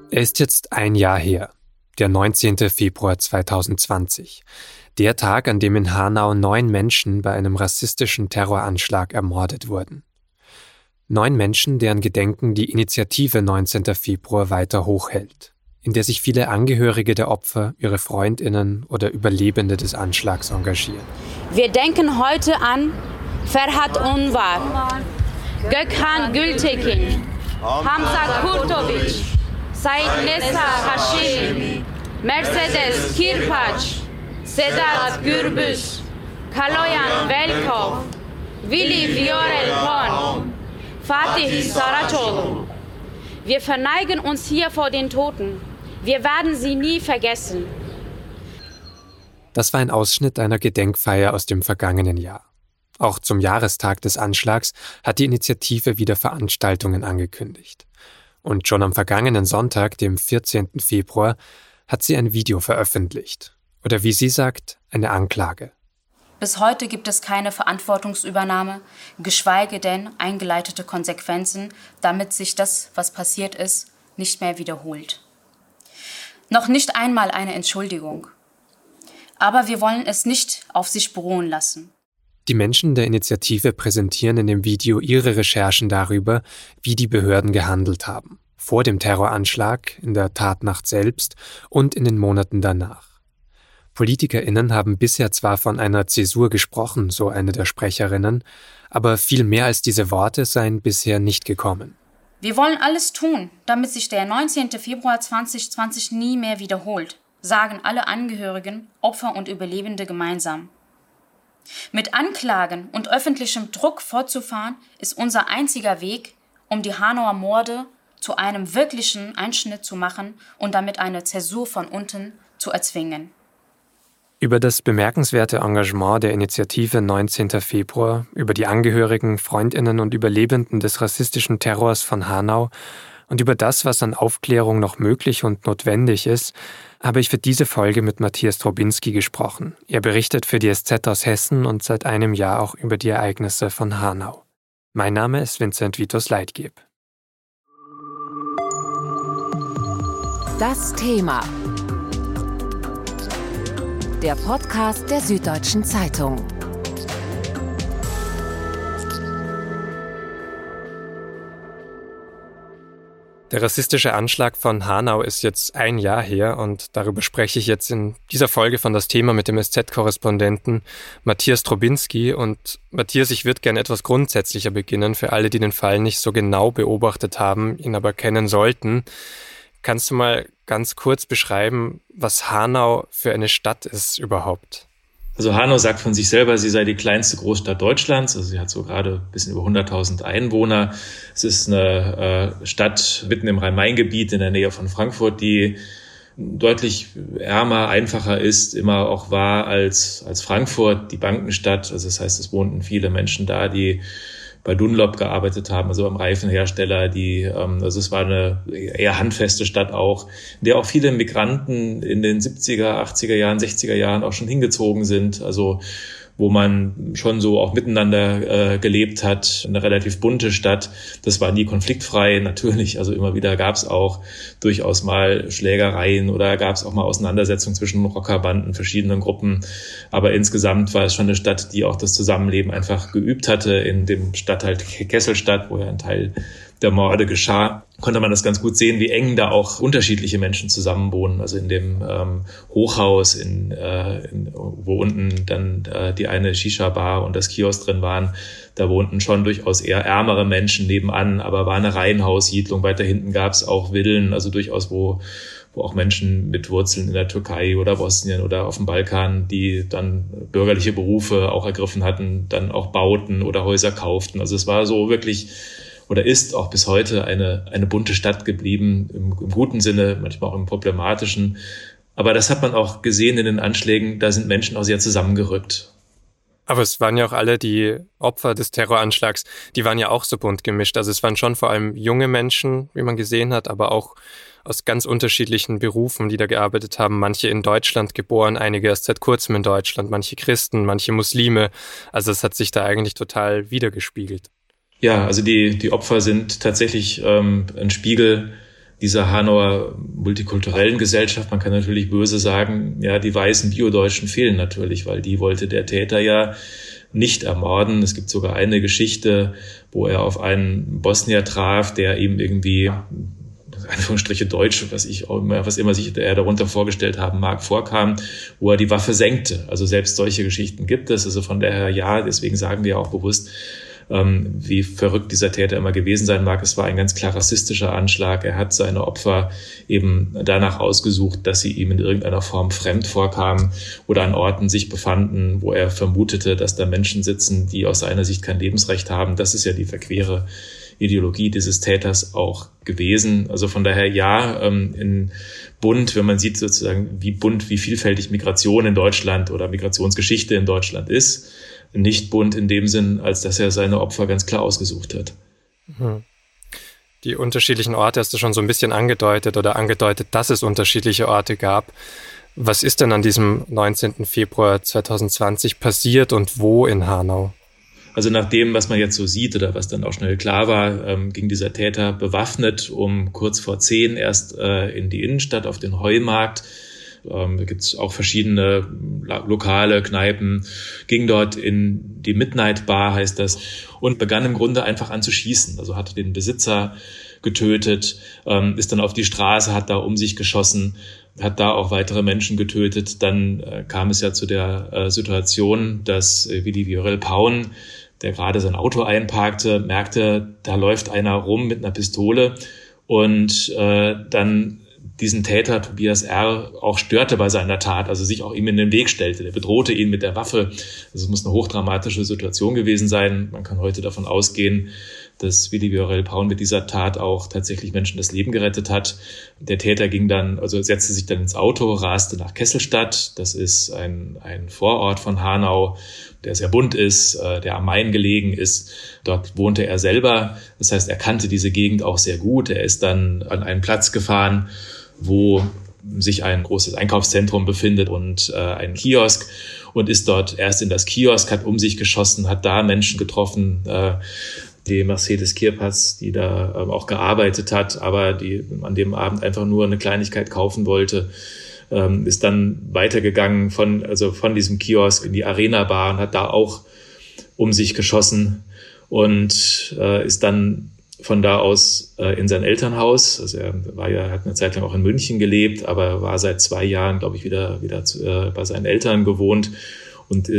Er ist jetzt ein Jahr her, der 19. Februar 2020. Der Tag, an dem in Hanau 9 Menschen bei einem rassistischen Terroranschlag ermordet wurden. 9 Menschen, deren Gedenken die Initiative 19. Februar weiter hochhält, in der sich viele Angehörige der Opfer, ihre FreundInnen oder Überlebende des Anschlags engagieren. Wir denken heute an Ferhat Unvar, Gökhan Gültekin, Hamza Kurtovic, Said Nessa Hashimi, Mercedes Kirpac, Sedat Gürbüz, Kaloyan Velkov, Willi Viorel Pon, Fatih Saracoğlu. Wir verneigen uns hier vor den Toten. Wir werden sie nie vergessen. Das war ein Ausschnitt einer Gedenkfeier aus dem vergangenen Jahr. Auch zum Jahrestag des Anschlags hat die Initiative wieder Veranstaltungen angekündigt. Und schon am vergangenen Sonntag, dem 14. Februar, hat sie ein Video veröffentlicht. Oder wie sie sagt, eine Anklage. Bis heute gibt es keine Verantwortungsübernahme, geschweige denn eingeleitete Konsequenzen, damit sich das, was passiert ist, nicht mehr wiederholt. Noch nicht einmal eine Entschuldigung. Aber wir wollen es nicht auf sich beruhen lassen. Die Menschen der Initiative präsentieren in dem Video ihre Recherchen darüber, wie die Behörden gehandelt haben. Vor dem Terroranschlag, in der Tatnacht selbst und in den Monaten danach. PolitikerInnen haben bisher zwar von einer Zäsur gesprochen, so eine der Sprecherinnen, aber viel mehr als diese Worte seien bisher nicht gekommen. Wir wollen alles tun, damit sich der 19. Februar 2020 nie mehr wiederholt, sagen alle Angehörigen, Opfer und Überlebende gemeinsam. Mit Anklagen und öffentlichem Druck fortzufahren, ist unser einziger Weg, um die Hanauer Morde zu einem wirklichen Einschnitt zu machen und damit eine Zäsur von unten zu erzwingen. Über das bemerkenswerte Engagement der Initiative 19. Februar, über die Angehörigen, FreundInnen und Überlebenden des rassistischen Terrors von Hanau und über das, was an Aufklärung noch möglich und notwendig ist, habe ich für diese Folge mit Matthias Trobinski gesprochen. Er berichtet für die SZ aus Hessen und seit einem Jahr auch über die Ereignisse von Hanau. Mein Name ist Vincent Vitus Leitgeb. Das Thema. Der Podcast der Süddeutschen Zeitung. Der rassistische Anschlag von Hanau ist jetzt ein Jahr her und darüber spreche ich jetzt in dieser Folge von das Thema mit dem SZ-Korrespondenten Matthias Trobinski. Und Matthias, ich würde gerne etwas grundsätzlicher beginnen, für alle, die den Fall nicht so genau beobachtet haben, ihn aber kennen sollten. Kannst du mal ganz kurz beschreiben, was Hanau für eine Stadt ist überhaupt? Also Hanau sagt von sich selber, sie sei die kleinste Großstadt Deutschlands. Also sie hat so gerade ein bisschen über 100.000 Einwohner. Es ist eine Stadt mitten im Rhein-Main-Gebiet in der Nähe von Frankfurt, die deutlich ärmer, einfacher ist, immer auch war als Frankfurt, die Bankenstadt. Also das heißt, es wohnten viele Menschen da, die bei Dunlop gearbeitet haben, also beim Reifenhersteller, also es war eine eher handfeste Stadt auch, in der auch viele Migranten in den 70er, 80er Jahren, 60er Jahren auch schon hingezogen sind, also wo man schon so auch miteinander gelebt hat, eine relativ bunte Stadt. Das war nie konfliktfrei, natürlich, also immer wieder gab es auch durchaus mal Schlägereien oder gab es auch mal Auseinandersetzungen zwischen Rockerbanden, verschiedenen Gruppen. Aber insgesamt war es schon eine Stadt, die auch das Zusammenleben einfach geübt hatte. In dem Stadtteil Kesselstadt, wo ja ein Teil der Morde geschah, konnte man das ganz gut sehen, wie eng da auch unterschiedliche Menschen zusammenwohnen. Also in dem Hochhaus, wo unten dann die eine Shisha-Bar und das Kiosk drin waren, da wohnten schon durchaus eher ärmere Menschen nebenan, aber war eine Reihenhaussiedlung. Weiter hinten gab es auch Villen, also durchaus, wo auch Menschen mit Wurzeln in der Türkei oder Bosnien oder auf dem Balkan, die dann bürgerliche Berufe auch ergriffen hatten, dann auch bauten oder Häuser kauften. Also es war so wirklich oder ist auch bis heute eine bunte Stadt geblieben, im guten Sinne, manchmal auch im problematischen. Aber das hat man auch gesehen in den Anschlägen, da sind Menschen auch sehr zusammengerückt. Aber es waren ja auch alle die Opfer des Terroranschlags, die waren ja auch so bunt gemischt. Also es waren schon vor allem junge Menschen, wie man gesehen hat, aber auch aus ganz unterschiedlichen Berufen, die da gearbeitet haben. Manche in Deutschland geboren, einige erst seit kurzem in Deutschland, manche Christen, manche Muslime. Also es hat sich da eigentlich total widergespiegelt. Ja, also die Opfer sind tatsächlich ein Spiegel dieser Hanauer multikulturellen Gesellschaft. Man kann natürlich böse sagen, ja, die weißen Bio-Deutschen fehlen natürlich, weil die wollte der Täter ja nicht ermorden. Es gibt sogar eine Geschichte, wo er auf einen Bosnier traf, der ihm irgendwie, Anführungsstriche Deutsch, was immer sich er darunter vorgestellt haben mag, vorkam, wo er die Waffe senkte. Also selbst solche Geschichten gibt es. Also von daher, ja, deswegen sagen wir auch bewusst, wie verrückt dieser Täter immer gewesen sein mag. Es war ein ganz klar rassistischer Anschlag. Er hat seine Opfer eben danach ausgesucht, dass sie ihm in irgendeiner Form fremd vorkamen oder an Orten sich befanden, wo er vermutete, dass da Menschen sitzen, die aus seiner Sicht kein Lebensrecht haben. Das ist ja die verquere Ideologie dieses Täters auch gewesen. Also von daher, ja, in bunt, wenn man sieht sozusagen, wie bunt, wie vielfältig Migration in Deutschland oder Migrationsgeschichte in Deutschland ist, nicht bunt in dem Sinn, als dass er seine Opfer ganz klar ausgesucht hat. Die unterschiedlichen Orte hast du schon so ein bisschen angedeutet, dass es unterschiedliche Orte gab. Was ist denn an diesem 19. Februar 2020 passiert und wo in Hanau? Also nach dem, was man jetzt so sieht oder was dann auch schnell klar war, ging dieser Täter bewaffnet um kurz vor 10 erst in die Innenstadt auf den Heumarkt. Da gibt es auch verschiedene Lokale, Kneipen, ging dort in die Midnight Bar, heißt das, und begann im Grunde einfach an zu schießen. Also hatte den Besitzer getötet, ist dann auf die Straße, hat da um sich geschossen, hat da auch weitere Menschen getötet. Dann kam es ja zu der Situation, dass Willi Viorel Paun, der gerade sein Auto einparkte, merkte, da läuft einer rum mit einer Pistole und dann diesen Täter, Tobias R., auch störte bei seiner Tat, also sich auch ihm in den Weg stellte. Der bedrohte ihn mit der Waffe. Also es muss eine hochdramatische Situation gewesen sein. Man kann heute davon ausgehen, dass Willi Viorel Paun mit dieser Tat auch tatsächlich Menschen das Leben gerettet hat. Der Täter setzte sich dann ins Auto, raste nach Kesselstadt. Das ist ein Vorort von Hanau, der sehr bunt ist, der am Main gelegen ist. Dort wohnte er selber. Das heißt, er kannte diese Gegend auch sehr gut. Er ist dann an einen Platz gefahren, wo sich ein großes Einkaufszentrum befindet und ein Kiosk, und ist dort erst in das Kiosk, hat um sich geschossen, hat da Menschen getroffen, die Mercedes Kirpatz, die da auch gearbeitet hat, aber die an dem Abend einfach nur eine Kleinigkeit kaufen wollte, ist dann weitergegangen von diesem Kiosk in die Arena Bar und hat da auch um sich geschossen und ist dann von da aus in sein Elternhaus. Also er hat eine Zeit lang auch in München gelebt, aber war seit 2 Jahren, glaube ich, wieder bei seinen Eltern gewohnt und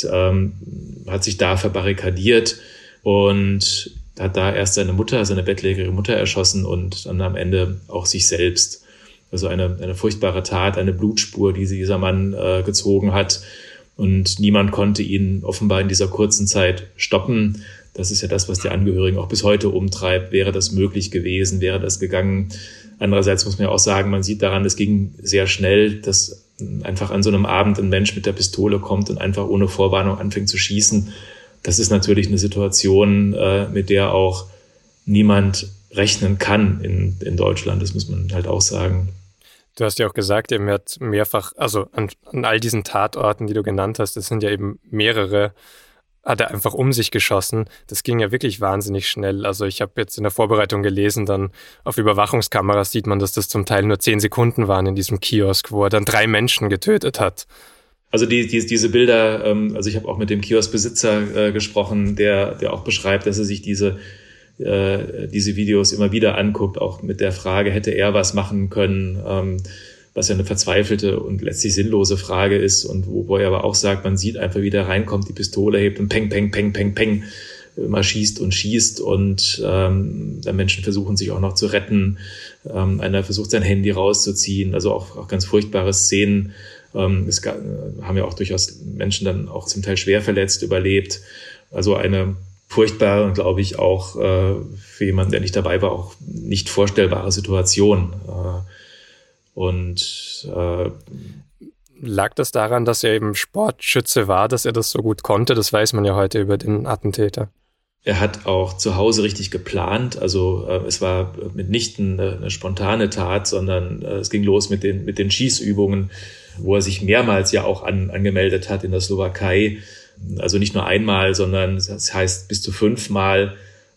hat sich da verbarrikadiert und hat da erst seine bettlägerige Mutter erschossen und dann am Ende auch sich selbst. Also eine furchtbare Tat, eine Blutspur, die dieser Mann gezogen hat. Und niemand konnte ihn offenbar in dieser kurzen Zeit stoppen. Das ist ja das, was die Angehörigen auch bis heute umtreibt. Wäre das möglich gewesen? Wäre das gegangen? Andererseits muss man ja auch sagen, man sieht daran, es ging sehr schnell, dass einfach an so einem Abend ein Mensch mit der Pistole kommt und einfach ohne Vorwarnung anfängt zu schießen. Das ist natürlich eine Situation, mit der auch niemand rechnen kann in Deutschland. Das muss man halt auch sagen. Du hast ja auch gesagt, er hat mehrfach, also an all diesen Tatorten, die du genannt hast, das sind ja eben mehrere, hat er einfach um sich geschossen. Das ging ja wirklich wahnsinnig schnell. Also ich habe jetzt in der Vorbereitung gelesen, dann auf Überwachungskameras sieht man, dass das zum Teil nur 10 Sekunden waren in diesem Kiosk, wo er dann 3 Menschen getötet hat. Also diese Bilder, also ich habe auch mit dem Kioskbesitzer gesprochen, der auch beschreibt, dass er sich diese Videos immer wieder anguckt, auch mit der Frage, hätte er was machen können, was ja eine verzweifelte und letztlich sinnlose Frage ist und wo er aber auch sagt, man sieht einfach, wie der reinkommt, die Pistole hebt und peng, peng, peng, peng, peng, immer schießt und da Menschen versuchen sich auch noch zu retten, einer versucht sein Handy rauszuziehen, also auch ganz furchtbare Szenen. Es haben ja auch durchaus Menschen dann auch zum Teil schwer verletzt überlebt, also eine furchtbare und, glaube ich, auch für jemanden, der nicht dabei war, auch nicht vorstellbare Situation. Lag das daran, dass er eben Sportschütze war, dass er das so gut konnte? Das weiß man ja heute über den Attentäter. Er hat auch zu Hause richtig geplant. Also es war mitnichten eine spontane Tat, sondern es ging los mit den Schießübungen, wo er sich mehrmals ja auch angemeldet hat in der Slowakei. Also nicht nur einmal, sondern das heißt bis zu 5 Mal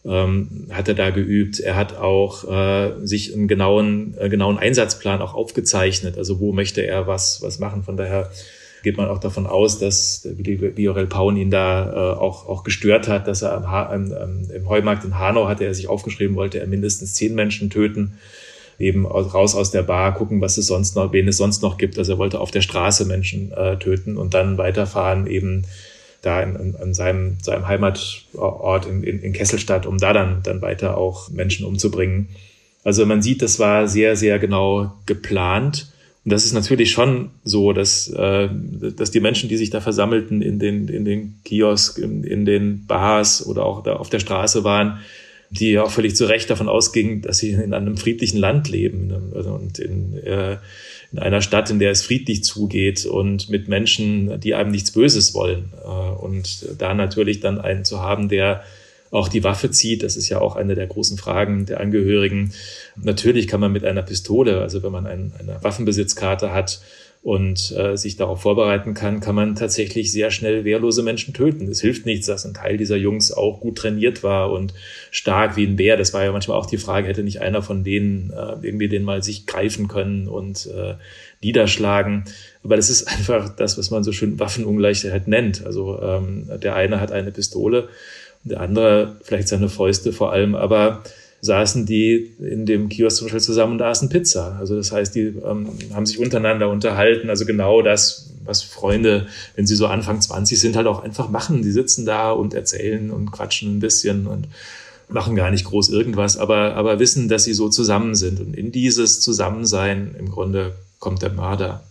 hat er da geübt. Er hat auch sich einen genauen Einsatzplan auch aufgezeichnet. Also wo möchte er was machen. Von daher geht man auch davon aus, dass Viorel Paun ihn da auch gestört hat, dass er im Heumarkt in Hanau hatte er sich aufgeschrieben, wollte er mindestens 10 Menschen töten, eben raus aus der Bar, gucken, wen es sonst noch gibt. Also er wollte auf der Straße Menschen töten und dann weiterfahren eben da an seinem Heimatort in Kesselstadt, um da dann weiter auch Menschen umzubringen. Also man sieht, das war sehr, sehr genau geplant. Und das ist natürlich schon so, dass die Menschen, die sich da versammelten in den Kiosken, in den Bars oder auch da auf der Straße waren, die ja auch völlig zu Recht davon ausgingen, dass sie in einem friedlichen Land leben und in einer Stadt, in der es friedlich zugeht und mit Menschen, die einem nichts Böses wollen. Und da natürlich dann einen zu haben, der auch die Waffe zieht, das ist ja auch eine der großen Fragen der Angehörigen. Natürlich kann man mit einer Pistole, also wenn man eine Waffenbesitzkarte hat und sich darauf vorbereiten kann man tatsächlich sehr schnell wehrlose Menschen töten. Es hilft nichts, dass ein Teil dieser Jungs auch gut trainiert war und stark wie ein Bär. Das war ja manchmal auch die Frage, hätte nicht einer von denen irgendwie den mal sich greifen können und niederschlagen. Aber das ist einfach das, was man so schön Waffenungleichheit nennt. Also der eine hat eine Pistole, der andere vielleicht seine Fäuste vor allem, aber saßen die in dem Kiosk zum Beispiel zusammen und aßen Pizza. Also das heißt, die haben sich untereinander unterhalten. Also genau das, was Freunde, wenn sie so Anfang 20 sind, halt auch einfach machen. Die sitzen da und erzählen und quatschen ein bisschen und machen gar nicht groß irgendwas, aber wissen, dass sie so zusammen sind. Und in dieses Zusammensein im Grunde kommt der Mörder.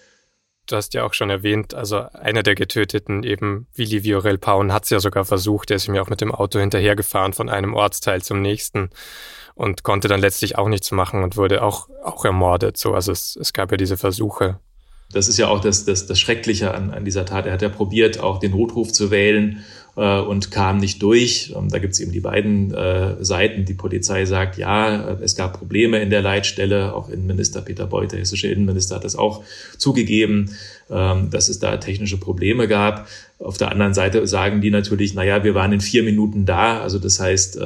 Du hast ja auch schon erwähnt, also einer der Getöteten, eben Willi Viorel Paun, hat es ja sogar versucht. Er ist ihm ja auch mit dem Auto hinterhergefahren von einem Ortsteil zum nächsten und konnte dann letztlich auch nichts machen und wurde auch ermordet. So, also es gab ja diese Versuche. Das ist ja auch das Schreckliche an dieser Tat. Er hat ja probiert, auch den Notruf zu wählen und kam nicht durch. Da gibt es eben die beiden Seiten. Die Polizei sagt, ja, es gab Probleme in der Leitstelle. Auch Innenminister Peter Beuth, der hessische Innenminister, hat das auch zugegeben, dass es da technische Probleme gab. Auf der anderen Seite sagen die natürlich, naja, wir waren in 4 Minuten da. Also das heißt,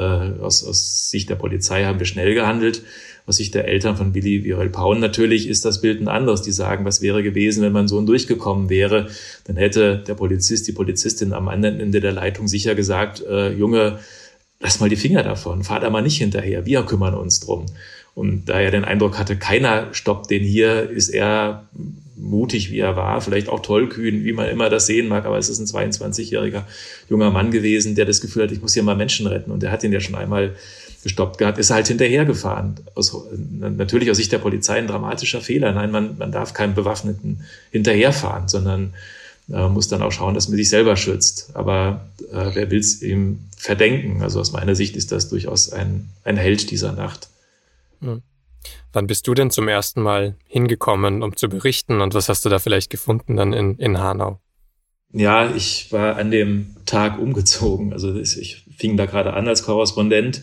aus Sicht der Polizei haben wir schnell gehandelt. Aus Sicht der Eltern von Willi Viorel Paun natürlich ist das Bild ein anderes. Die sagen, was wäre gewesen, wenn mein Sohn durchgekommen wäre? Dann hätte der Polizist, die Polizistin am anderen Ende der Leitung sicher gesagt, Junge, lass mal die Finger davon, fahr da mal nicht hinterher, wir kümmern uns drum. Und da er den Eindruck hatte, keiner stoppt den hier, ist er mutig, wie er war, vielleicht auch tollkühn, wie man immer das sehen mag, aber es ist ein 22-jähriger junger Mann gewesen, der das Gefühl hat, ich muss hier mal Menschen retten. Und der hat ihn ja schon einmal gestoppt gehabt, ist halt hinterhergefahren. Natürlich aus Sicht der Polizei ein dramatischer Fehler. Nein, man darf keinem Bewaffneten hinterherfahren, sondern muss dann auch schauen, dass man sich selber schützt. Aber wer will es ihm verdenken? Also aus meiner Sicht ist das durchaus ein Held dieser Nacht. Hm. Wann bist du denn zum ersten Mal hingekommen, um zu berichten? Und was hast du da vielleicht gefunden dann in Hanau? Ja, ich war an dem Tag umgezogen. Also ich fing da gerade an als Korrespondent.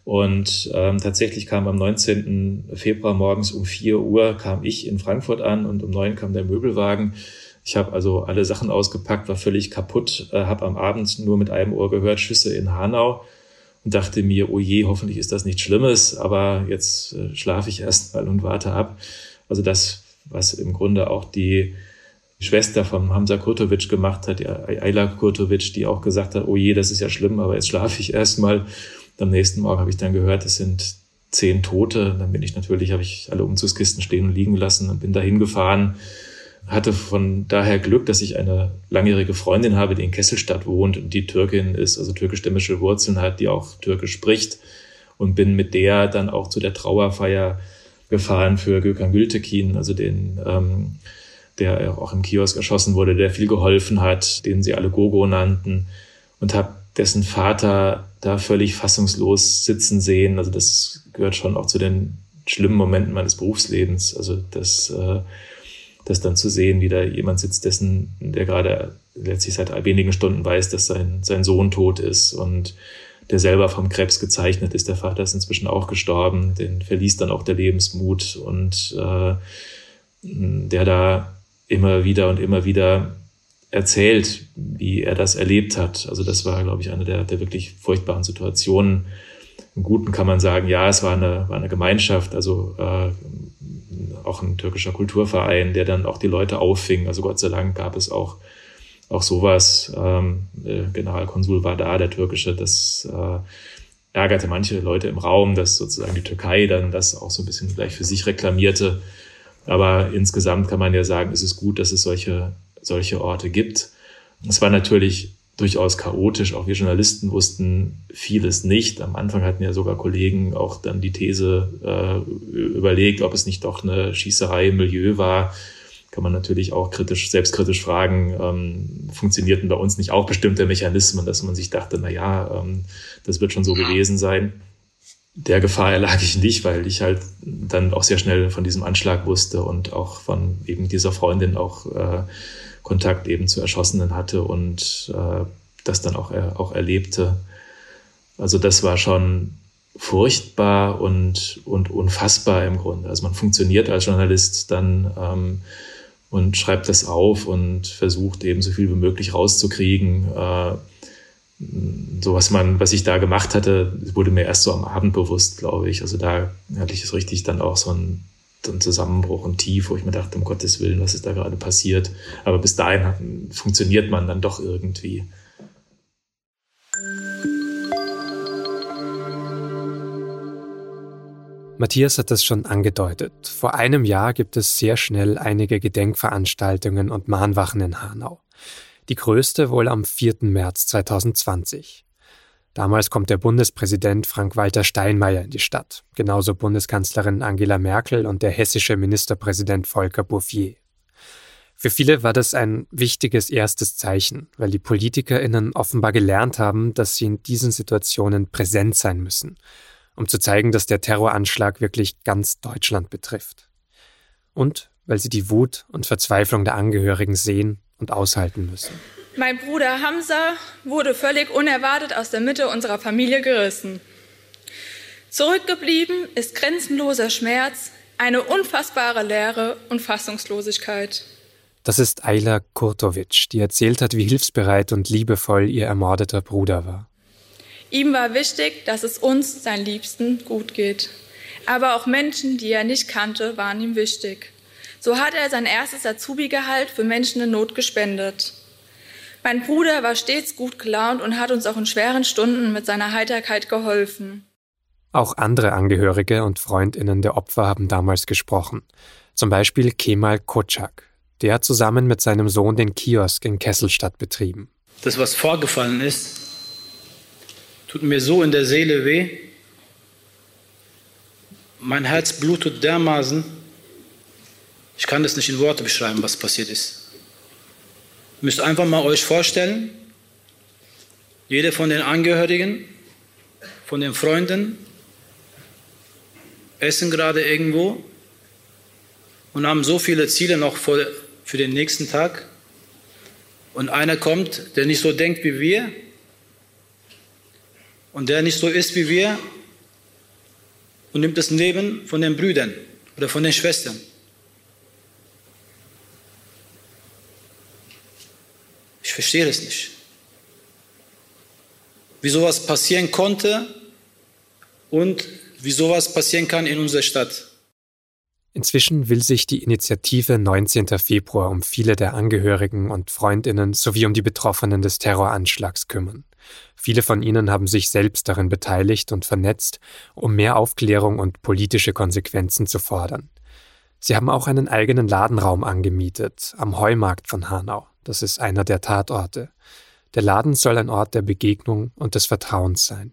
Und tatsächlich kam am 19. Februar morgens um 4 Uhr kam ich in Frankfurt an und um 9 kam der Möbelwagen. Ich habe also alle Sachen ausgepackt, war völlig kaputt, habe am Abend nur mit einem Ohr gehört, Schüsse in Hanau und dachte mir, oh je, hoffentlich ist das nichts Schlimmes, aber jetzt schlafe ich erst mal und warte ab. Also das, was im Grunde auch die Schwester von Hamza Kurtovic gemacht hat, die Ayla Kurtovic, die auch gesagt hat, oh je, das ist ja schlimm, aber jetzt schlafe ich erst mal. Am nächsten Morgen habe ich dann gehört, es sind 10 Tote. Dann habe ich alle Umzugskisten stehen und liegen lassen und bin da hingefahren. Hatte von daher Glück, dass ich eine langjährige Freundin habe, die in Kesselstadt wohnt und die Türkin ist, also türkisch-stämmische Wurzeln hat, die auch Türkisch spricht. Und bin mit der dann auch zu der Trauerfeier gefahren für Gökhan Gültekin, also den, der auch im Kiosk erschossen wurde, der viel geholfen hat, den sie alle Gogo nannten, und habe dessen Vater da völlig fassungslos sitzen sehen. Also das gehört schon auch zu den schlimmen Momenten meines Berufslebens. Also das dann zu sehen, wie da jemand sitzt, der gerade letztlich seit wenigen Stunden weiß, dass sein Sohn tot ist und der selber vom Krebs gezeichnet ist. Der Vater ist inzwischen auch gestorben. Den verließ dann auch der Lebensmut und der da immer wieder erzählt, wie er das erlebt hat. Also das war, glaube ich, eine der wirklich furchtbaren Situationen. Im Guten kann man sagen, ja, es war eine Gemeinschaft, also auch ein türkischer Kulturverein, der dann auch die Leute auffing. Also Gott sei Dank gab es auch sowas. Generalkonsul war da, der türkische, das ärgerte manche Leute im Raum, dass sozusagen die Türkei dann das auch so ein bisschen gleich für sich reklamierte. Aber insgesamt kann man ja sagen, es ist gut, dass es solche Orte gibt. Es war natürlich durchaus chaotisch. Auch wir Journalisten wussten vieles nicht. Am Anfang hatten ja sogar Kollegen auch dann die These überlegt, ob es nicht doch eine Schießerei im Milieu war. Kann man natürlich auch selbstkritisch fragen, funktionierten bei uns nicht auch bestimmte Mechanismen, dass man sich dachte, das wird schon so gewesen sein. Der Gefahr erlag ich nicht, weil ich halt dann auch sehr schnell von diesem Anschlag wusste und auch von eben dieser Freundin auch Kontakt eben zu Erschossenen hatte und das dann auch erlebte. Also das war schon furchtbar und unfassbar im Grunde. Also man funktioniert als Journalist dann und schreibt das auf und versucht eben so viel wie möglich rauszukriegen. So was ich da gemacht hatte, wurde mir erst so am Abend bewusst, glaube ich. Also da hatte ich es richtig dann auch so ein Zusammenbruch und Tief, wo ich mir dachte, um Gottes Willen, was ist da gerade passiert? Aber bis dahin funktioniert man dann doch irgendwie. Matthias hat das schon angedeutet. Vor einem Jahr gibt es sehr schnell einige Gedenkveranstaltungen und Mahnwachen in Hanau. Die größte wohl am 4. März 2020. Damals kommt der Bundespräsident Frank-Walter Steinmeier in die Stadt, genauso Bundeskanzlerin Angela Merkel und der hessische Ministerpräsident Volker Bouffier. Für viele war das ein wichtiges erstes Zeichen, weil die PolitikerInnen offenbar gelernt haben, dass sie in diesen Situationen präsent sein müssen, um zu zeigen, dass der Terroranschlag wirklich ganz Deutschland betrifft. Und weil sie die Wut und Verzweiflung der Angehörigen sehen und aushalten müssen. Mein Bruder Hamza wurde völlig unerwartet aus der Mitte unserer Familie gerissen. Zurückgeblieben ist grenzenloser Schmerz, eine unfassbare Leere und Fassungslosigkeit. Das ist Ayla Kurtovic, die erzählt hat, wie hilfsbereit und liebevoll ihr ermordeter Bruder war. Ihm war wichtig, dass es uns, seinen Liebsten, gut geht. Aber auch Menschen, die er nicht kannte, waren ihm wichtig. So hat er sein erstes Azubi-Gehalt für Menschen in Not gespendet. Mein Bruder war stets gut gelaunt und hat uns auch in schweren Stunden mit seiner Heiterkeit geholfen. Auch andere Angehörige und FreundInnen der Opfer haben damals gesprochen. Zum Beispiel Kemal Kocak. Der hat zusammen mit seinem Sohn den Kiosk in Kesselstadt betrieben. Das, was vorgefallen ist, tut mir so in der Seele weh. Mein Herz blutet dermaßen. Ich kann das nicht in Worte beschreiben, was passiert ist. Ihr müsst einfach mal euch vorstellen, jeder von den Angehörigen, von den Freunden, essen gerade irgendwo und haben so viele Ziele noch für den nächsten Tag. Und einer kommt, der nicht so denkt wie wir und der nicht so ist wie wir und nimmt das Leben von den Brüdern oder von den Schwestern. Ich verstehe das nicht. Wie sowas passieren konnte und wie sowas passieren kann in unserer Stadt. Inzwischen will sich die Initiative 19. Februar um viele der Angehörigen und FreundInnen sowie um die Betroffenen des Terroranschlags kümmern. Viele von ihnen haben sich selbst darin beteiligt und vernetzt, um mehr Aufklärung und politische Konsequenzen zu fordern. Sie haben auch einen eigenen Ladenraum angemietet, am Heumarkt von Hanau. Das ist einer der Tatorte. Der Laden soll ein Ort der Begegnung und des Vertrauens sein.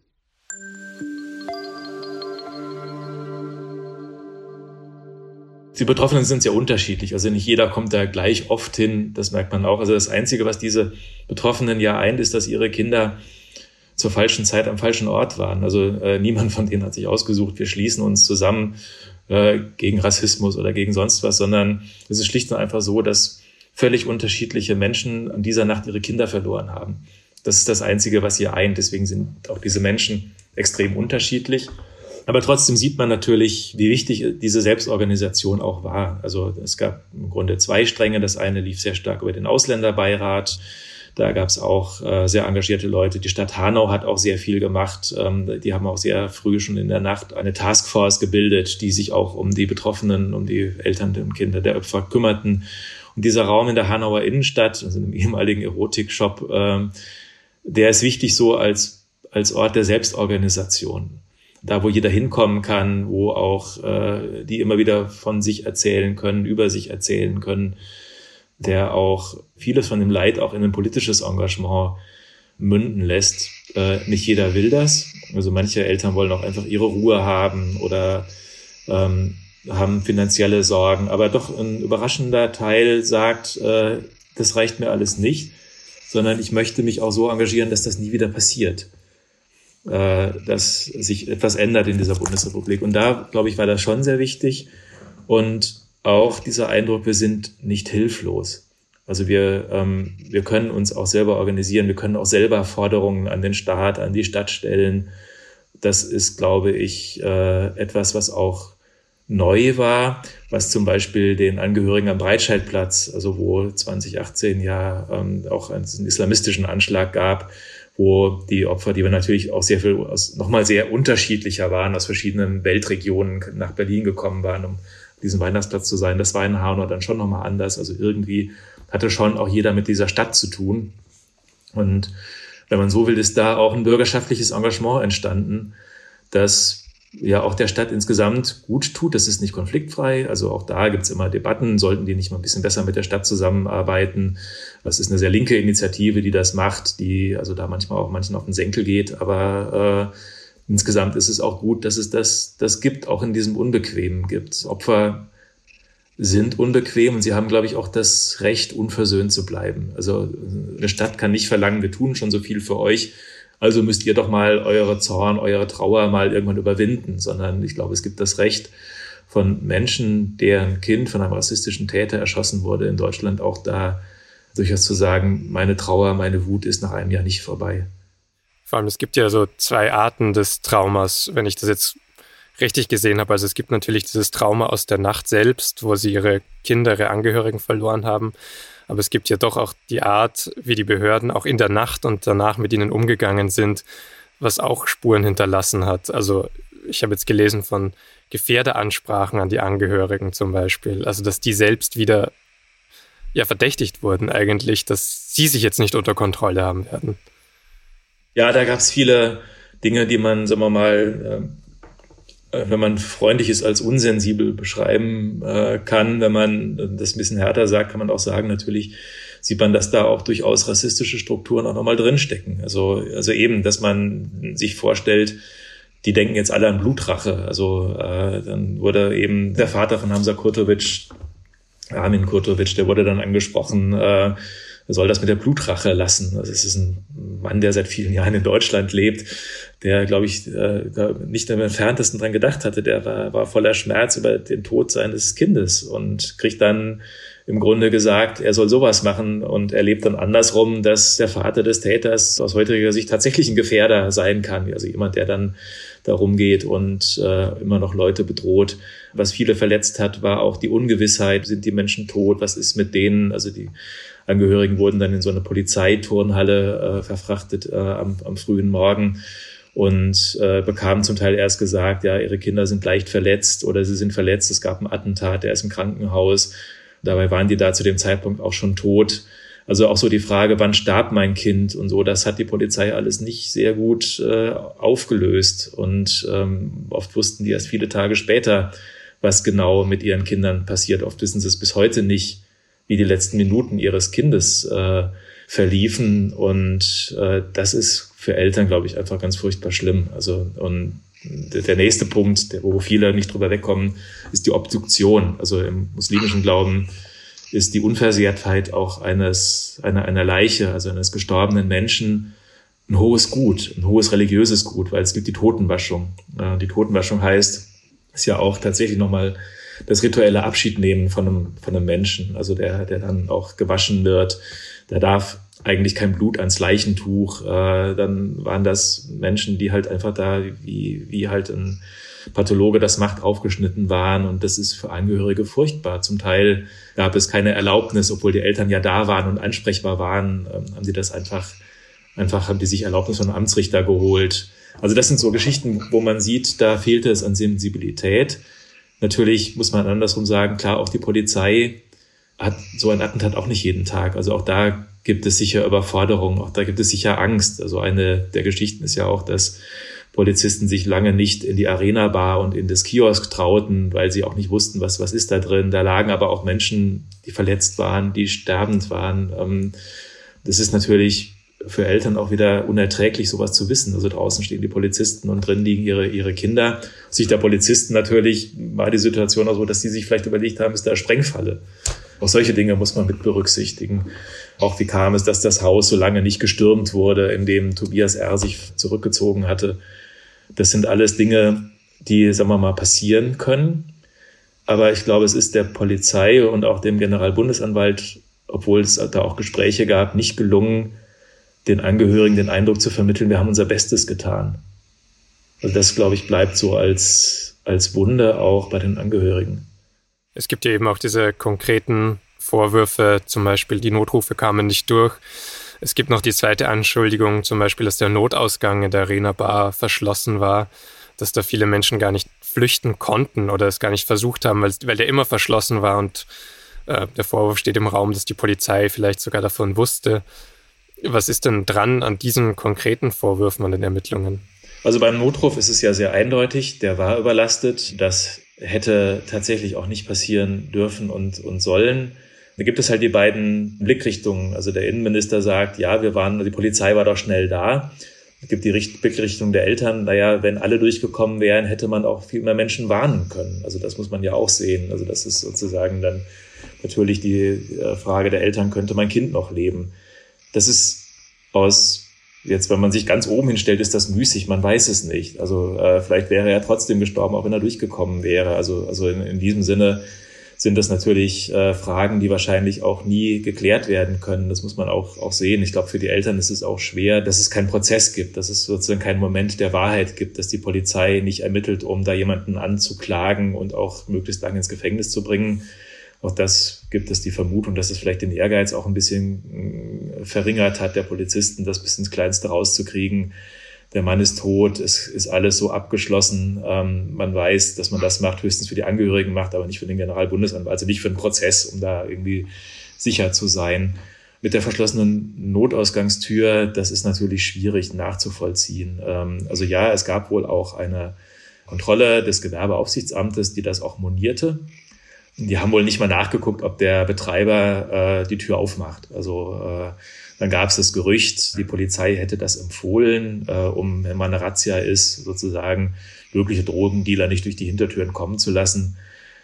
Die Betroffenen sind sehr unterschiedlich. Also nicht jeder kommt da gleich oft hin. Das merkt man auch. Also das Einzige, was diese Betroffenen ja eint, ist, dass ihre Kinder zur falschen Zeit am falschen Ort waren. Also niemand von denen hat sich ausgesucht, wir schließen uns zusammen gegen Rassismus oder gegen sonst was, sondern es ist schlicht und einfach so, dass völlig unterschiedliche Menschen an dieser Nacht ihre Kinder verloren haben. Das ist das Einzige, was sie eint. Deswegen sind auch diese Menschen extrem unterschiedlich. Aber trotzdem sieht man natürlich, wie wichtig diese Selbstorganisation auch war. Also es gab im Grunde 2 Stränge. Das eine lief sehr stark über den Ausländerbeirat. Da gab es auch sehr engagierte Leute. Die Stadt Hanau hat auch sehr viel gemacht. Die haben auch sehr früh schon in der Nacht eine Taskforce gebildet, die sich auch um die Betroffenen, um die Eltern und Kinder der Opfer kümmerten. Und dieser Raum in der Hanauer Innenstadt, also im ehemaligen Erotikshop, der ist wichtig so als Ort der Selbstorganisation. Da, wo jeder hinkommen kann, wo auch die immer wieder von sich erzählen können, über sich erzählen können, der auch vieles von dem Leid auch in ein politisches Engagement münden lässt. Nicht jeder will das. Also manche Eltern wollen auch einfach ihre Ruhe haben oder haben finanzielle Sorgen. Aber doch ein überraschender Teil sagt, das reicht mir alles nicht, sondern ich möchte mich auch so engagieren, dass das nie wieder passiert. Dass sich etwas ändert in dieser Bundesrepublik. Und da, glaube ich, war das schon sehr wichtig. Und auch dieser Eindruck, wir sind nicht hilflos. Also wir können uns auch selber organisieren. Wir können auch selber Forderungen an den Staat, an die Stadt stellen. Das ist, glaube ich, etwas, was auch neu war, was zum Beispiel den Angehörigen am Breitscheidplatz, also wo 2018 ja auch einen islamistischen Anschlag gab, wo die Opfer, die wir natürlich auch sehr viel nochmal sehr unterschiedlicher waren, aus verschiedenen Weltregionen nach Berlin gekommen waren, um diesen Weihnachtsplatz zu sein. Das war in Hanau dann schon nochmal anders. Also irgendwie hatte schon auch jeder mit dieser Stadt zu tun. Und wenn man so will, ist da auch ein bürgerschaftliches Engagement entstanden, das ja auch der Stadt insgesamt gut tut. Das ist nicht konfliktfrei. Also auch da gibt's immer Debatten. Sollten die nicht mal ein bisschen besser mit der Stadt zusammenarbeiten? Das ist eine sehr linke Initiative, die das macht, die also da manchmal auch manchen auf den Senkel geht. Aber insgesamt ist es auch gut, dass es das gibt, auch in diesem Unbequemen gibt. Opfer sind unbequem und sie haben, glaube ich, auch das Recht, unversöhnt zu bleiben. Also eine Stadt kann nicht verlangen, wir tun schon so viel für euch, also müsst ihr doch mal eure Zorn, eure Trauer mal irgendwann überwinden, sondern ich glaube, es gibt das Recht von Menschen, deren Kind von einem rassistischen Täter erschossen wurde in Deutschland, auch da durchaus zu sagen, meine Trauer, meine Wut ist nach einem Jahr nicht vorbei. Vor allem, es gibt ja so 2 Arten des Traumas, wenn ich das jetzt richtig gesehen habe. Also es gibt natürlich dieses Trauma aus der Nacht selbst, wo sie ihre Kinder, ihre Angehörigen verloren haben. Aber es gibt ja doch auch die Art, wie die Behörden auch in der Nacht und danach mit ihnen umgegangen sind, was auch Spuren hinterlassen hat. Also ich habe jetzt gelesen von Gefährderansprachen an die Angehörigen zum Beispiel. Also dass die selbst wieder verdächtigt wurden eigentlich, dass sie sich jetzt nicht unter Kontrolle haben werden. Ja, da gab es viele Dinge, die man, sagen wir mal, wenn man freundlich ist, als unsensibel beschreiben kann. Wenn man das ein bisschen härter sagt, kann man auch sagen, natürlich sieht man, dass da auch durchaus rassistische Strukturen auch nochmal drinstecken. Also eben, dass man sich vorstellt, die denken jetzt alle an Blutrache. Also dann wurde eben der Vater von Hamza Kurtovic, Armin Kurtovic, der wurde dann angesprochen, soll das mit der Blutrache lassen. Also es ist ein Mann, der seit vielen Jahren in Deutschland lebt, der, glaube ich, da nicht am entferntesten dran gedacht hatte. Der war voller Schmerz über den Tod seines Kindes und kriegt dann im Grunde gesagt, er soll sowas machen und erlebt dann andersrum, dass der Vater des Täters aus heutiger Sicht tatsächlich ein Gefährder sein kann. Also jemand, der dann da rumgeht und immer noch Leute bedroht. Was viele verletzt hat, war auch die Ungewissheit. Sind die Menschen tot? Was ist mit denen? Also die Angehörigen wurden dann in so eine Polizeiturnhalle verfrachtet am frühen Morgen und bekamen zum Teil erst gesagt, ja, ihre Kinder sind leicht verletzt oder sie sind verletzt. Es gab ein Attentat, der ist im Krankenhaus. Dabei waren die da zu dem Zeitpunkt auch schon tot. Also auch so die Frage, wann starb mein Kind und so, das hat die Polizei alles nicht sehr gut aufgelöst. Und oft wussten die erst viele Tage später, was genau mit ihren Kindern passiert. Oft wissen sie es bis heute nicht, wie die letzten Minuten ihres Kindes verliefen. Und das ist für Eltern, glaube ich, einfach ganz furchtbar schlimm. Also und der nächste Punkt, wo viele nicht drüber wegkommen, ist die Obduktion. Also im muslimischen Glauben ist die Unversehrtheit auch einer Leiche, also eines gestorbenen Menschen, ein hohes Gut, ein hohes religiöses Gut, weil es gibt die Totenwaschung. Die Totenwaschung heißt, ist ja auch tatsächlich nochmal das rituelle Abschiednehmen von einem Menschen, also der dann auch gewaschen wird. Da darf eigentlich kein Blut ans Leichentuch. Dann waren das Menschen, die halt einfach da wie halt ein Pathologe das macht, aufgeschnitten waren. Und das ist für Angehörige furchtbar. Zum Teil gab es keine Erlaubnis, obwohl die Eltern ja da waren und ansprechbar waren, haben die das einfach haben die sich Erlaubnis von einem Amtsrichter geholt. Also das sind so Geschichten, wo man sieht, da fehlte es an Sensibilität. Natürlich muss man andersrum sagen, klar, auch die Polizei hat so ein Attentat auch nicht jeden Tag. Also auch da gibt es sicher Überforderung, auch da gibt es sicher Angst. Also eine der Geschichten ist ja auch, dass Polizisten sich lange nicht in die Arena-Bar und in das Kiosk trauten, weil sie auch nicht wussten, was ist da drin. Da lagen aber auch Menschen, die verletzt waren, die sterbend waren. Das ist natürlich für Eltern auch wieder unerträglich, sowas zu wissen. Also draußen stehen die Polizisten und drin liegen ihre Kinder. Aus Sicht der Polizisten natürlich war die Situation auch so, dass die sich vielleicht überlegt haben, ist da eine Sprengfalle. Auch solche Dinge muss man mit berücksichtigen. Auch wie kam es, dass das Haus so lange nicht gestürmt wurde, in dem Tobias R. sich zurückgezogen hatte. Das sind alles Dinge, die, sagen wir mal, passieren können. Aber ich glaube, es ist der Polizei und auch dem Generalbundesanwalt, obwohl es da auch Gespräche gab, nicht gelungen, den Angehörigen den Eindruck zu vermitteln, wir haben unser Bestes getan. Also das, glaube ich, bleibt so als Wunde auch bei den Angehörigen. Es gibt ja eben auch diese konkreten Vorwürfe, zum Beispiel die Notrufe kamen nicht durch. Es gibt noch die zweite Anschuldigung, zum Beispiel, dass der Notausgang in der Arena Bar verschlossen war, dass da viele Menschen gar nicht flüchten konnten oder es gar nicht versucht haben, weil der immer verschlossen war und der Vorwurf steht im Raum, dass die Polizei vielleicht sogar davon wusste. Was ist denn dran an diesen konkreten Vorwürfen an den Ermittlungen? Also beim Notruf ist es ja sehr eindeutig, der war überlastet. Das hätte tatsächlich auch nicht passieren dürfen und sollen. Da gibt es halt die beiden Blickrichtungen. Also der Innenminister sagt, ja, die Polizei war doch schnell da. Es gibt die Blickrichtung der Eltern, naja, wenn alle durchgekommen wären, hätte man auch viel mehr Menschen warnen können. Also das muss man ja auch sehen. Also das ist sozusagen dann natürlich die Frage der Eltern, könnte mein Kind noch leben? Das ist jetzt, wenn man sich ganz oben hinstellt, ist das müßig, man weiß es nicht. Also vielleicht wäre er trotzdem gestorben, auch wenn er durchgekommen wäre. Also in diesem Sinne sind das natürlich Fragen, die wahrscheinlich auch nie geklärt werden können. Das muss man auch sehen. Ich glaube, für die Eltern ist es auch schwer, dass es keinen Prozess gibt, dass es sozusagen keinen Moment der Wahrheit gibt, dass die Polizei nicht ermittelt, um da jemanden anzuklagen und auch möglichst lange ins Gefängnis zu bringen. Auch das gibt es die Vermutung, dass es vielleicht den Ehrgeiz auch ein bisschen verringert hat, der Polizisten, das bis ins Kleinste rauszukriegen. Der Mann ist tot, es ist alles so abgeschlossen. Man weiß, dass man das macht, höchstens für die Angehörigen macht, aber nicht für den Generalbundesanwalt, also nicht für den Prozess, um da irgendwie sicher zu sein. Mit der verschlossenen Notausgangstür, das ist natürlich schwierig nachzuvollziehen. Also ja, es gab wohl auch eine Kontrolle des Gewerbeaufsichtsamtes, die das auch monierte. Die haben wohl nicht mal nachgeguckt, ob der Betreiber die Tür aufmacht. Also dann gab es das Gerücht, die Polizei hätte das empfohlen, wenn mal eine Razzia ist, sozusagen mögliche Drogendealer nicht durch die Hintertüren kommen zu lassen.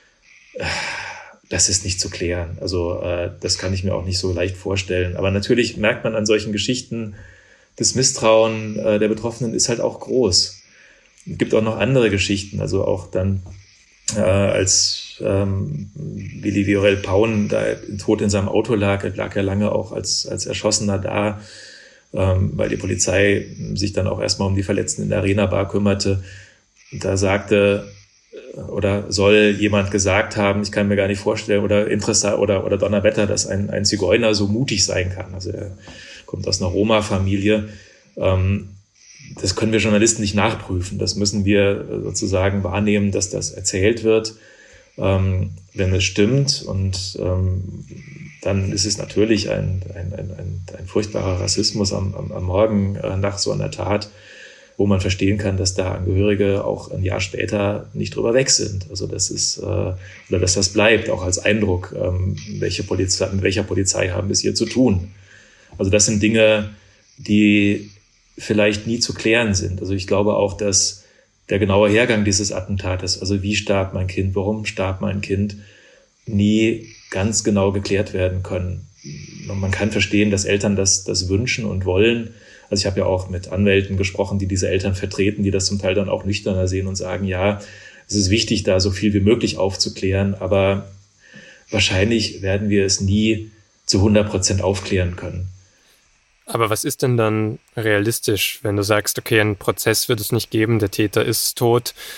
Das ist nicht zu klären. Also das kann ich mir auch nicht so leicht vorstellen. Aber natürlich merkt man an solchen Geschichten, das Misstrauen der Betroffenen ist halt auch groß. Es gibt auch noch andere Geschichten, also auch dann als Willi Viorel Paun da tot in seinem Auto lag er lange auch als Erschossener da, weil die Polizei sich dann auch erstmal um die Verletzten in der Arena-Bar kümmerte. Da sagte oder soll jemand gesagt haben, ich kann mir gar nicht vorstellen, oder Donnerwetter, dass ein Zigeuner so mutig sein kann. Also er kommt aus einer Roma-Familie. Das können wir Journalisten nicht nachprüfen. Das müssen wir sozusagen wahrnehmen, dass das erzählt wird. Wenn es stimmt, und dann ist es natürlich ein furchtbarer Rassismus am Morgen nach so einer Tat, wo man verstehen kann, dass da Angehörige auch ein Jahr später nicht drüber weg sind. Also das ist, oder dass das bleibt, auch als Eindruck, mit welcher Polizei haben wir es hier zu tun. Also das sind Dinge, die vielleicht nie zu klären sind. Also ich glaube auch, dass der genaue Hergang dieses Attentates, also wie starb mein Kind, warum starb mein Kind, nie ganz genau geklärt werden können. Und man kann verstehen, dass Eltern das wünschen und wollen. Also ich habe ja auch mit Anwälten gesprochen, die diese Eltern vertreten, die das zum Teil dann auch nüchterner sehen und sagen, ja, es ist wichtig, da so viel wie möglich aufzuklären, aber wahrscheinlich werden wir es nie zu 100% aufklären können. Aber was ist denn dann realistisch, wenn du sagst, okay, einen Prozess wird es nicht geben, der Täter ist tot.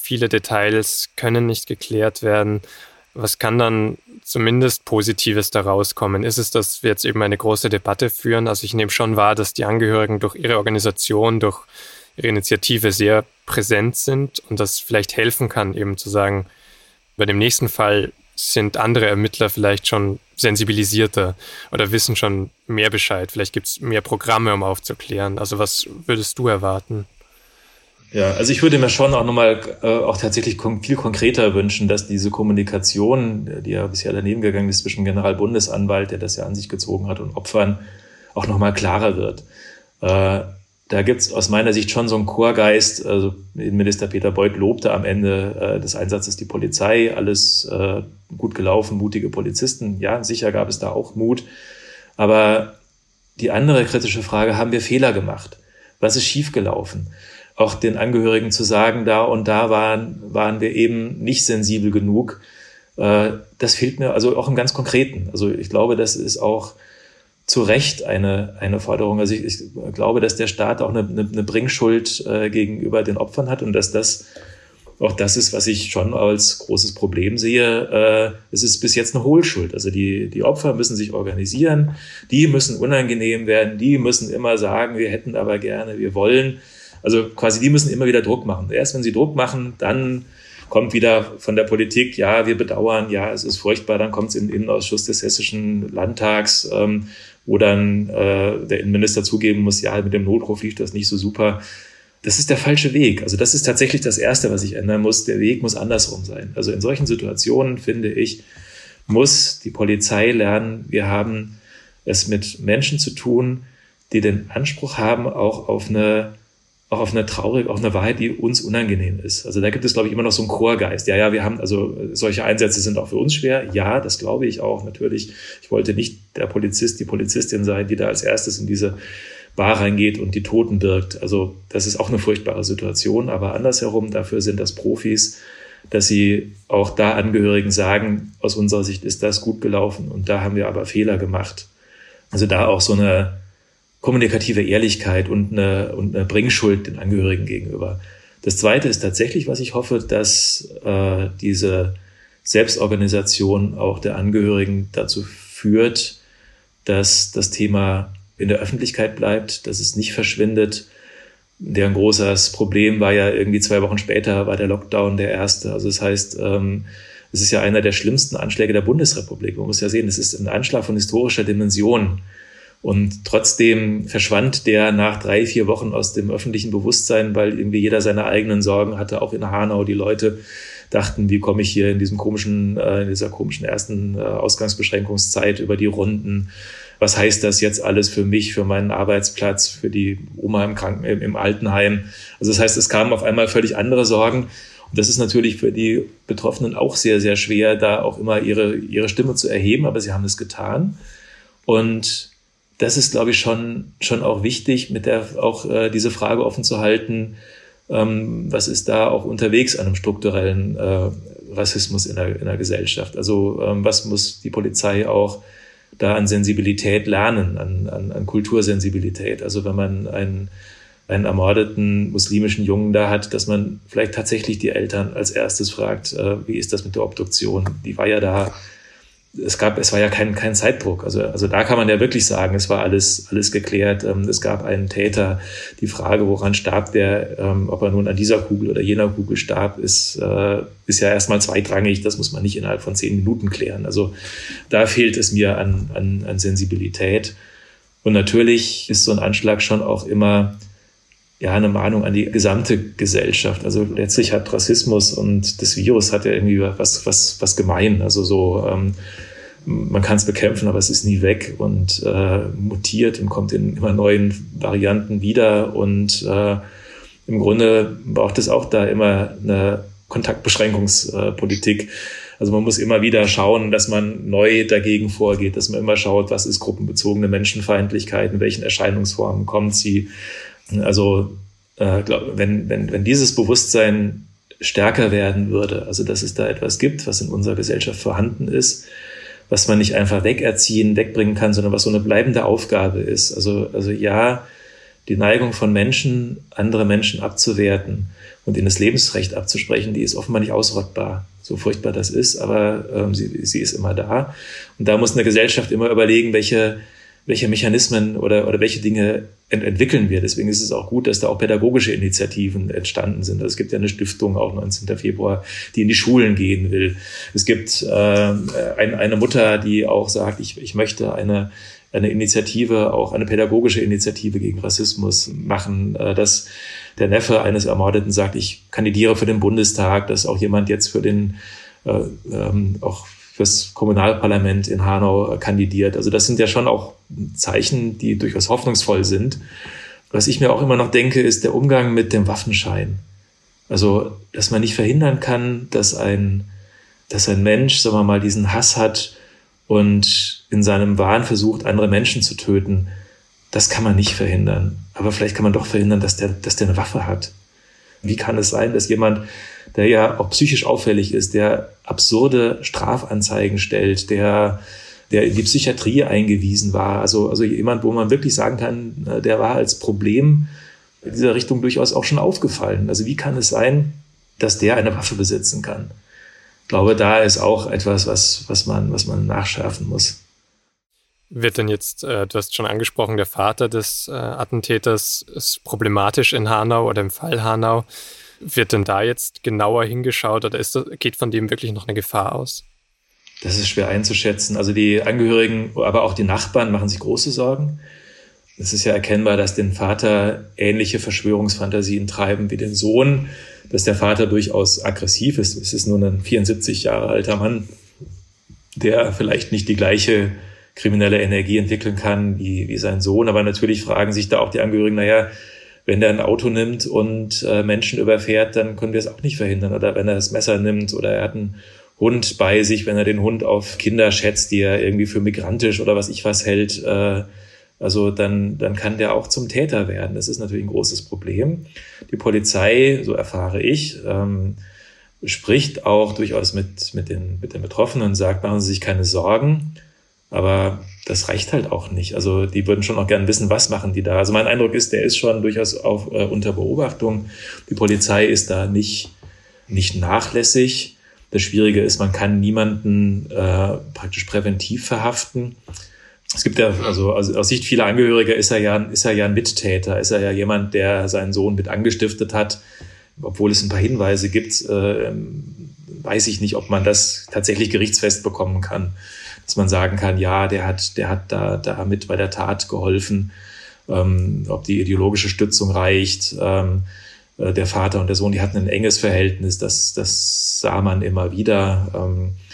viele Details können nicht geklärt werden. Was kann dann zumindest Positives daraus kommen? Ist es, dass wir jetzt eben eine große Debatte führen? Also ich nehme schon wahr, dass die Angehörigen durch ihre Organisation, durch ihre Initiative sehr präsent sind und das vielleicht helfen kann, eben zu sagen, bei dem nächsten Fall sind andere Ermittler vielleicht schon sensibilisierter oder wissen schon mehr Bescheid. Vielleicht gibt es mehr Programme, um aufzuklären. Also was würdest du erwarten? Ja, also ich würde mir schon auch nochmal auch tatsächlich viel konkreter wünschen, dass diese Kommunikation, die ja bisher daneben gegangen ist zwischen Generalbundesanwalt, der das ja an sich gezogen hat, und Opfern auch nochmal klarer wird. Da gibt's aus meiner Sicht schon so einen Chorgeist. Also Innenminister Peter Beuth lobte am Ende des Einsatzes die Polizei, alles gut gelaufen, mutige Polizisten. Ja, sicher gab es da auch Mut. Aber die andere kritische Frage, haben wir Fehler gemacht? Was ist schiefgelaufen? Auch den Angehörigen zu sagen, da und da waren wir eben nicht sensibel genug. Das fehlt mir also auch im ganz Konkreten. Also ich glaube, das ist auch zu Recht eine Forderung. Also ich glaube, dass der Staat auch eine Bringschuld gegenüber den Opfern hat und dass das auch das ist, was ich schon als großes Problem sehe. Es ist bis jetzt eine Hohlschuld. Also die Opfer müssen sich organisieren, die müssen unangenehm werden, die müssen immer sagen, wir hätten aber gerne, wir wollen. Also quasi die müssen immer wieder Druck machen. Erst wenn sie Druck machen, dann kommt wieder von der Politik, ja, wir bedauern, ja, es ist furchtbar, dann kommt es in den Innenausschuss des Hessischen Landtags, wo dann der Innenminister zugeben muss, ja, mit dem Notruf lief das nicht so super. Das ist der falsche Weg. Also das ist tatsächlich das Erste, was sich ändern muss. Der Weg muss andersrum sein. Also in solchen Situationen, finde ich, muss die Polizei lernen, wir haben es mit Menschen zu tun, die den Anspruch haben, auch auf eine Wahrheit, die uns unangenehm ist. Also da gibt es, glaube ich, immer noch so einen Chorgeist. Ja, wir haben, also solche Einsätze sind auch für uns schwer. Ja, das glaube ich auch, natürlich. Ich wollte nicht der Polizist, die Polizistin sein, die da als erstes in diese Bar reingeht und die Toten birgt. Also das ist auch eine furchtbare Situation. Aber andersherum, dafür sind das Profis, dass sie auch da Angehörigen sagen, aus unserer Sicht ist das gut gelaufen und da haben wir aber Fehler gemacht. Also da auch so eine kommunikative Ehrlichkeit und eine Bringschuld den Angehörigen gegenüber. Das Zweite ist tatsächlich, was ich hoffe, dass diese Selbstorganisation auch der Angehörigen dazu führt, dass das Thema in der Öffentlichkeit bleibt, dass es nicht verschwindet. Deren großes Problem war ja irgendwie 2 Wochen später war der Lockdown der erste. Also das heißt, es ist ja einer der schlimmsten Anschläge der Bundesrepublik. Man muss ja sehen, es ist ein Anschlag von historischer Dimension. Und trotzdem verschwand der nach 3-4 Wochen aus dem öffentlichen Bewusstsein, weil irgendwie jeder seine eigenen Sorgen hatte, auch in Hanau. Die Leute dachten, wie komme ich hier in dieser komischen ersten Ausgangsbeschränkungszeit über die Runden? Was heißt das jetzt alles für mich, für meinen Arbeitsplatz, für die Oma im Altenheim? Also das heißt, es kamen auf einmal völlig andere Sorgen. Und das ist natürlich für die Betroffenen auch sehr, sehr schwer, da auch immer ihre Stimme zu erheben. Aber sie haben es getan. Und das ist, glaube ich, schon auch wichtig, diese Frage offen zu halten, was ist da auch unterwegs an einem strukturellen Rassismus in der Gesellschaft? Also was muss die Polizei auch da an Sensibilität lernen, an Kultursensibilität? Also wenn man einen ermordeten muslimischen Jungen da hat, dass man vielleicht tatsächlich die Eltern als erstes fragt, wie ist das mit der Obduktion? Die war ja da. Es war ja kein Zeitdruck. Also da kann man ja wirklich sagen, es war alles geklärt. Es gab einen Täter. Die Frage, woran starb der, ob er nun an dieser Kugel oder jener Kugel starb, ist ja erstmal zweitrangig. Das muss man nicht innerhalb von 10 Minuten klären. Also da fehlt es mir an Sensibilität. Und natürlich ist so ein Anschlag schon auch immer eine Mahnung an die gesamte Gesellschaft. Also letztlich hat Rassismus und das Virus hat ja irgendwie was gemein. Also so, man kann es bekämpfen, aber es ist nie weg und mutiert und kommt in immer neuen Varianten wieder. Und im Grunde braucht es auch da immer eine Kontaktbeschränkungspolitik. Also man muss immer wieder schauen, dass man neu dagegen vorgeht, dass man immer schaut, was ist gruppenbezogene Menschenfeindlichkeit, in welchen Erscheinungsformen kommt sie. Also wenn dieses Bewusstsein stärker werden würde, also dass es da etwas gibt, was in unserer Gesellschaft vorhanden ist, was man nicht einfach wegbringen kann, sondern was so eine bleibende Aufgabe ist. Also ja, die Neigung von Menschen, andere Menschen abzuwerten und ihnen das Lebensrecht abzusprechen, die ist offenbar nicht ausrottbar. So furchtbar das ist, aber sie ist immer da. Und da muss eine Gesellschaft immer überlegen, welche Mechanismen oder welche Dinge entwickeln wir. Deswegen ist es auch gut, dass da auch pädagogische Initiativen entstanden sind. Also es gibt ja eine Stiftung, auch 19. Februar, die in die Schulen gehen will. Es gibt eine Mutter, die auch sagt, ich möchte eine Initiative, auch eine pädagogische Initiative gegen Rassismus machen, dass der Neffe eines Ermordeten sagt, ich kandidiere für den Bundestag, dass auch jemand jetzt für auch fürs Kommunalparlament in Hanau kandidiert. Also das sind ja schon auch Zeichen, die durchaus hoffnungsvoll sind. Was ich mir auch immer noch denke, ist der Umgang mit dem Waffenschein. Also, dass man nicht verhindern kann, dass ein Mensch, sagen wir mal, diesen Hass hat und in seinem Wahn versucht, andere Menschen zu töten. Das kann man nicht verhindern. Aber vielleicht kann man doch verhindern, dass der eine Waffe hat. Wie kann es sein, dass jemand, der ja auch psychisch auffällig ist, der absurde Strafanzeigen stellt, der in die Psychiatrie eingewiesen war, also jemand, wo man wirklich sagen kann, der war als Problem in dieser Richtung durchaus auch schon aufgefallen. Also wie kann es sein, dass der eine Waffe besitzen kann? Ich glaube, da ist auch etwas, was man nachschärfen muss. Wird denn jetzt, du hast schon angesprochen, der Vater des Attentäters ist problematisch in Hanau oder im Fall Hanau. Wird denn da jetzt genauer hingeschaut oder geht von dem wirklich noch eine Gefahr aus? Das ist schwer einzuschätzen. Also die Angehörigen, aber auch die Nachbarn machen sich große Sorgen. Es ist ja erkennbar, dass den Vater ähnliche Verschwörungsfantasien treiben wie den Sohn, dass der Vater durchaus aggressiv ist. Es ist nur ein 74 Jahre alter Mann, der vielleicht nicht die gleiche kriminelle Energie entwickeln kann wie sein Sohn. Aber natürlich fragen sich da auch die Angehörigen, wenn der ein Auto nimmt und Menschen überfährt, dann können wir es auch nicht verhindern. Oder wenn er das Messer nimmt oder er hat einen Hund bei sich, wenn er den Hund auf Kinder schätzt, die er irgendwie für migrantisch oder was ich was hält, dann kann der auch zum Täter werden. Das ist natürlich ein großes Problem. Die Polizei, so erfahre ich, spricht auch durchaus mit den Betroffenen und sagt, machen Sie sich keine Sorgen. Aber das reicht halt auch nicht. Also die würden schon auch gerne wissen, was machen die da. Also mein Eindruck ist, der ist schon durchaus unter Beobachtung. Die Polizei ist da nicht nachlässig. Das Schwierige ist, man kann niemanden praktisch präventiv verhaften. Es gibt ja, also aus Sicht vieler Angehöriger ist er ja ein Mittäter, ist er ja jemand, der seinen Sohn mit angestiftet hat. Obwohl es ein paar Hinweise gibt, weiß ich nicht, ob man das tatsächlich gerichtsfest bekommen kann. Dass man sagen kann, ja, der hat da mit bei der Tat geholfen, ob die ideologische Stützung reicht. Der Vater und der Sohn, die hatten ein enges Verhältnis, das sah man immer wieder.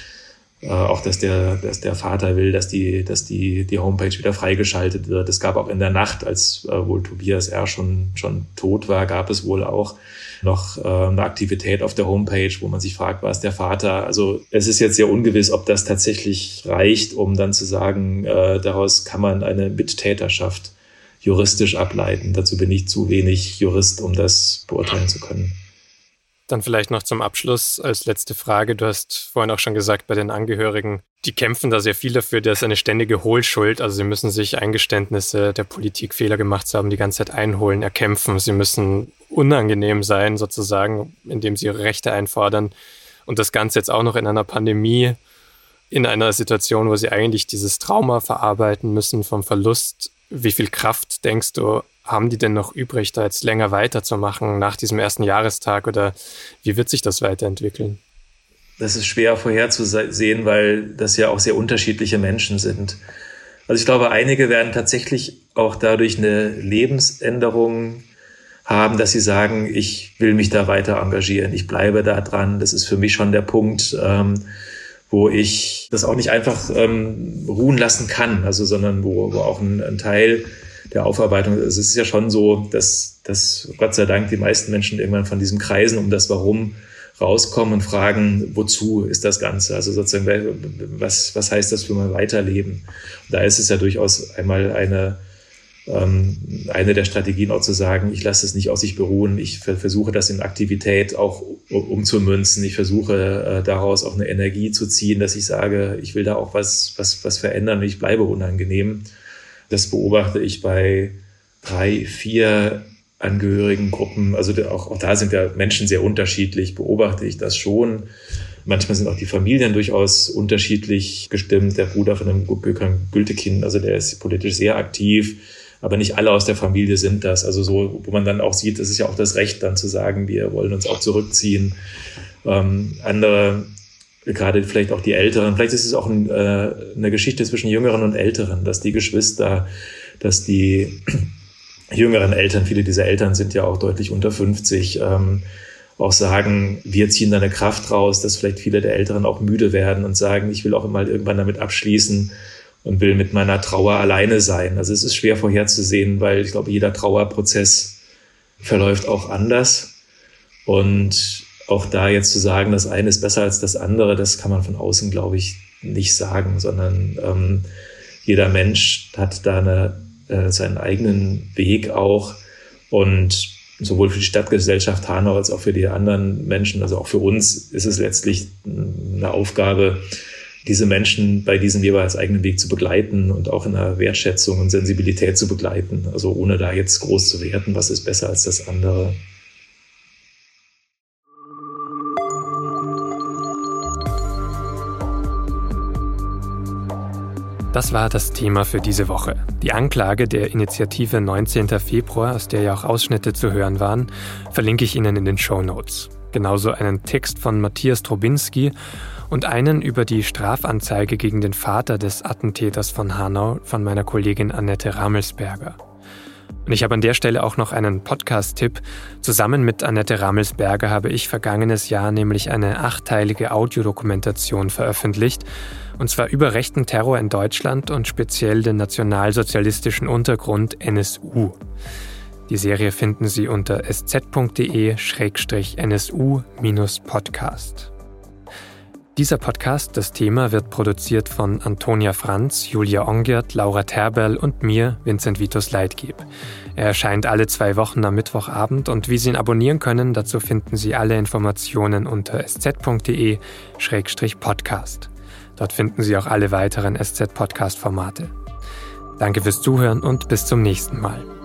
Auch, dass der Vater will, dass die Homepage wieder freigeschaltet wird. Es gab auch in der Nacht, als wohl Tobias R. schon tot war, gab es wohl auch noch eine Aktivität auf der Homepage, wo man sich fragt, war es der Vater? Also es ist jetzt sehr ungewiss, ob das tatsächlich reicht, um dann zu sagen, daraus kann man eine Mittäterschaft juristisch ableiten. Dazu bin ich zu wenig Jurist, um das beurteilen zu können. Dann vielleicht noch zum Abschluss als letzte Frage. Du hast vorhin auch schon gesagt, bei den Angehörigen, die kämpfen da sehr viel dafür, das ist eine ständige Hohlschuld. Also sie müssen sich Eingeständnisse der Politik, Fehler gemacht zu haben, die ganze Zeit einholen, erkämpfen. Sie müssen unangenehm sein, sozusagen, indem sie ihre Rechte einfordern. Und das Ganze jetzt auch noch in einer Pandemie, in einer Situation, wo sie eigentlich dieses Trauma verarbeiten müssen vom Verlust. Wie viel Kraft, denkst du, haben die denn noch übrig, da jetzt länger weiterzumachen nach diesem ersten Jahrestag? Oder wie wird sich das weiterentwickeln? Das ist schwer vorherzusehen, weil das ja auch sehr unterschiedliche Menschen sind. Also ich glaube, einige werden tatsächlich auch dadurch eine Lebensänderung haben, dass sie sagen, ich will mich da weiter engagieren, ich bleibe da dran. Das ist für mich schon der Punkt, wo ich das auch nicht einfach ruhen lassen kann, also sondern wo auch ein Teil der Aufarbeitung, also es ist ja schon so, dass Gott sei Dank die meisten Menschen irgendwann von diesem Kreisen um das Warum rauskommen und fragen, wozu ist das Ganze? Also sozusagen, was heißt das für mein Weiterleben? Und da ist es ja durchaus einmal eine der Strategien auch zu sagen, ich lasse es nicht auf sich beruhen, ich versuche das in Aktivität auch umzumünzen, ich versuche daraus auch eine Energie zu ziehen, dass ich sage, ich will da auch was verändern und ich bleibe unangenehm. Das beobachte ich bei 3, 4 Angehörigengruppen. Also auch da sind ja Menschen sehr unterschiedlich, beobachte ich das schon. Manchmal sind auch die Familien durchaus unterschiedlich gestimmt. Der Bruder von dem Gökhan Gültekin, also der ist politisch sehr aktiv, aber nicht alle aus der Familie sind das. Also so, wo man dann auch sieht, es ist ja auch das Recht dann zu sagen, wir wollen uns auch zurückziehen. Andere, gerade vielleicht auch die Älteren, vielleicht ist es auch eine Geschichte zwischen Jüngeren und Älteren, dass die Geschwister, dass die jüngeren Eltern, viele dieser Eltern sind ja auch deutlich unter 50, auch sagen, wir ziehen da eine Kraft raus, dass vielleicht viele der Älteren auch müde werden und sagen, ich will auch mal irgendwann damit abschließen und will mit meiner Trauer alleine sein. Also es ist schwer vorherzusehen, weil ich glaube, jeder Trauerprozess verläuft auch anders. Und auch da jetzt zu sagen, das eine ist besser als das andere, das kann man von außen, glaube ich, nicht sagen, sondern jeder Mensch hat da seinen eigenen Weg auch. Und sowohl für die Stadtgesellschaft Hanau als auch für die anderen Menschen, also auch für uns, ist es letztlich eine Aufgabe, diese Menschen bei diesem jeweils eigenen Weg zu begleiten und auch in einer Wertschätzung und Sensibilität zu begleiten. Also ohne da jetzt groß zu werten, was ist besser als das andere. Das war das Thema für diese Woche. Die Anklage der Initiative 19. Februar, aus der ja auch Ausschnitte zu hören waren, verlinke ich Ihnen in den Shownotes. Genauso einen Text von Matthias Trobinski und einen über die Strafanzeige gegen den Vater des Attentäters von Hanau von meiner Kollegin Annette Ramelsberger. Und ich habe an der Stelle auch noch einen Podcast-Tipp. Zusammen mit Annette Ramelsberger habe ich vergangenes Jahr nämlich eine 8-teilige Audiodokumentation veröffentlicht, und zwar über rechten Terror in Deutschland und speziell den nationalsozialistischen Untergrund NSU. Die Serie finden Sie unter sz.de/NSU-Podcast. Dieser Podcast, das Thema, wird produziert von Antonia Franz, Julia Ongert, Laura Terberl und mir, Vincent Vitus Leitgeb. Er erscheint alle 2 Wochen am Mittwochabend und wie Sie ihn abonnieren können, dazu finden Sie alle Informationen unter sz.de/podcast. Dort finden Sie auch alle weiteren SZ-Podcast-Formate. Danke fürs Zuhören und bis zum nächsten Mal.